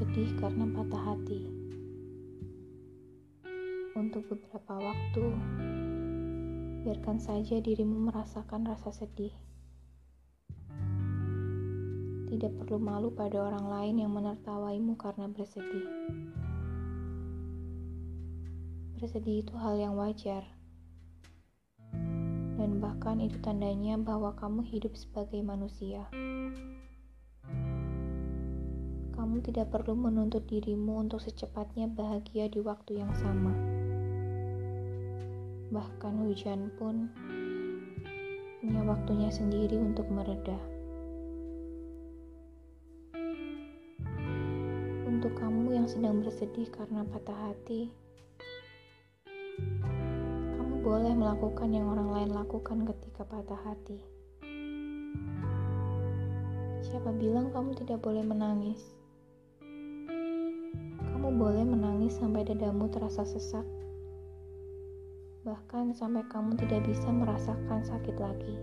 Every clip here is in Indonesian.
bersedih karena patah hati. Untuk beberapa waktu, biarkan saja dirimu merasakan rasa sedih. Tidak perlu malu pada orang lain yang menertawaimu karena bersedih. Bersedih itu hal yang wajar. Dan bahkan itu tandanya bahwa kamu hidup sebagai manusia. Kamu tidak perlu menuntut dirimu untuk secepatnya bahagia di waktu yang sama. Bahkan hujan pun punya waktunya sendiri untuk mereda. Untuk kamu yang sedang bersedih karena patah hati, kamu boleh melakukan yang orang lain lakukan ketika patah hati. Siapa bilang kamu tidak boleh menangis? Kamu boleh menangis sampai dadamu terasa sesak, bahkan sampai kamu tidak bisa merasakan sakit lagi.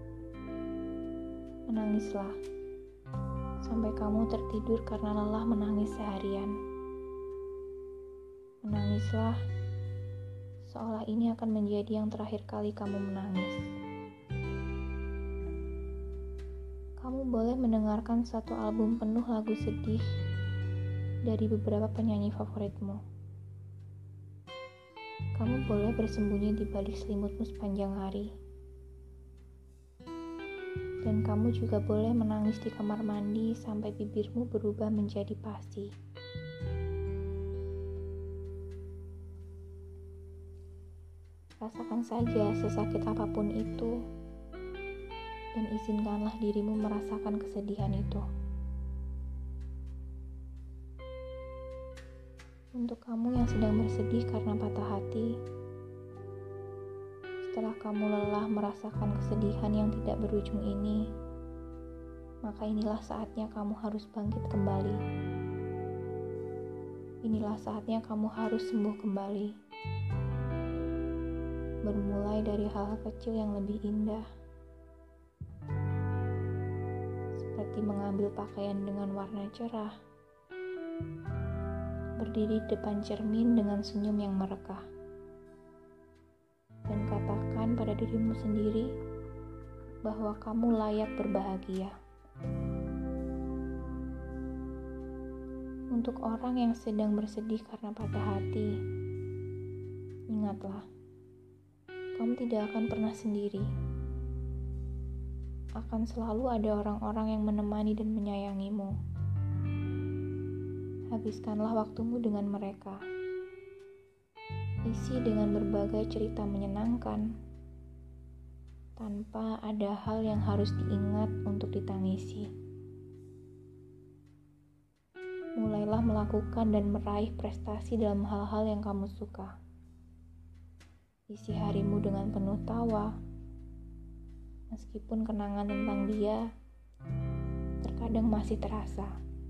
Menangislah sampai kamu tertidur karena lelah menangis seharian. Menangislah seolah ini akan menjadi yang terakhir kali kamu menangis. Kamu boleh mendengarkan satu album penuh lagu sedih dari beberapa penyanyi favoritmu. Kamu boleh bersembunyi di balik selimutmu sepanjang hari. Dan kamu juga boleh menangis di kamar mandi sampai bibirmu berubah menjadi pasi. Rasakan saja sesakit apapun itu, dan izinkanlah dirimu merasakan kesedihan itu. Untuk kamu yang sedang bersedih karena patah hati, setelah kamu lelah merasakan kesedihan yang tidak berujung ini, maka inilah saatnya kamu harus bangkit kembali. Inilah saatnya kamu harus sembuh kembali. Bermulai dari hal-hal kecil yang lebih indah, seperti mengambil pakaian dengan warna cerah, berdiri di depan cermin dengan senyum yang merekah, dan katakan pada dirimu sendiri bahwa kamu layak berbahagia. Untuk orang yang sedang bersedih karena patah hati, ingatlah, kamu tidak akan pernah sendiri. Akan selalu ada orang-orang yang menemani dan menyayangimu. Habiskanlah waktumu dengan mereka. Isi dengan berbagai cerita menyenangkan, tanpa ada hal yang harus diingat untuk ditangisi. Mulailah melakukan dan meraih prestasi dalam hal-hal yang kamu suka. Isi harimu dengan penuh tawa, meskipun kenangan tentang dia terkadang masih terasa.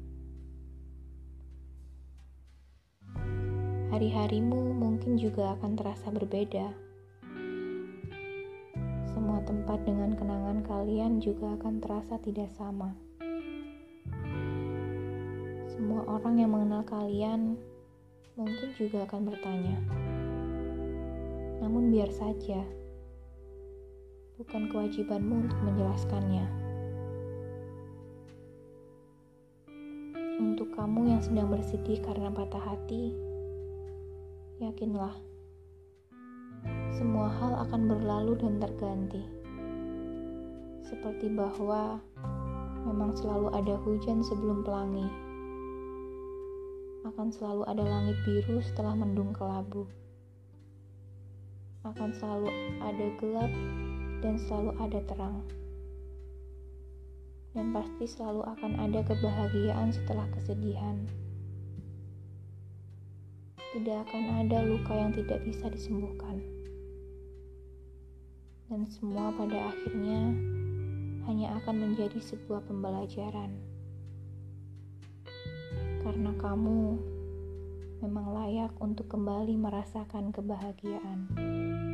Hari-harimu mungkin juga akan terasa berbeda. Semua tempat dengan kenangan kalian juga akan terasa tidak sama. Semua orang yang mengenal kalian mungkin juga akan bertanya. Namun biar saja, bukan kewajibanmu untuk menjelaskannya. Untuk kamu yang sedang bersedih karena patah hati, yakinlah, semua hal akan berlalu dan terganti. Seperti bahwa memang selalu ada hujan sebelum pelangi. Akan selalu ada langit biru setelah mendung kelabu. Akan selalu ada gelap dan selalu ada terang. Dan pasti selalu akan ada kebahagiaan setelah kesedihan. Tidak akan ada luka yang tidak bisa disembuhkan. Dan semua pada akhirnya hanya akan menjadi sebuah pembelajaran. Karena kamu memang layak untuk kembali merasakan kebahagiaan.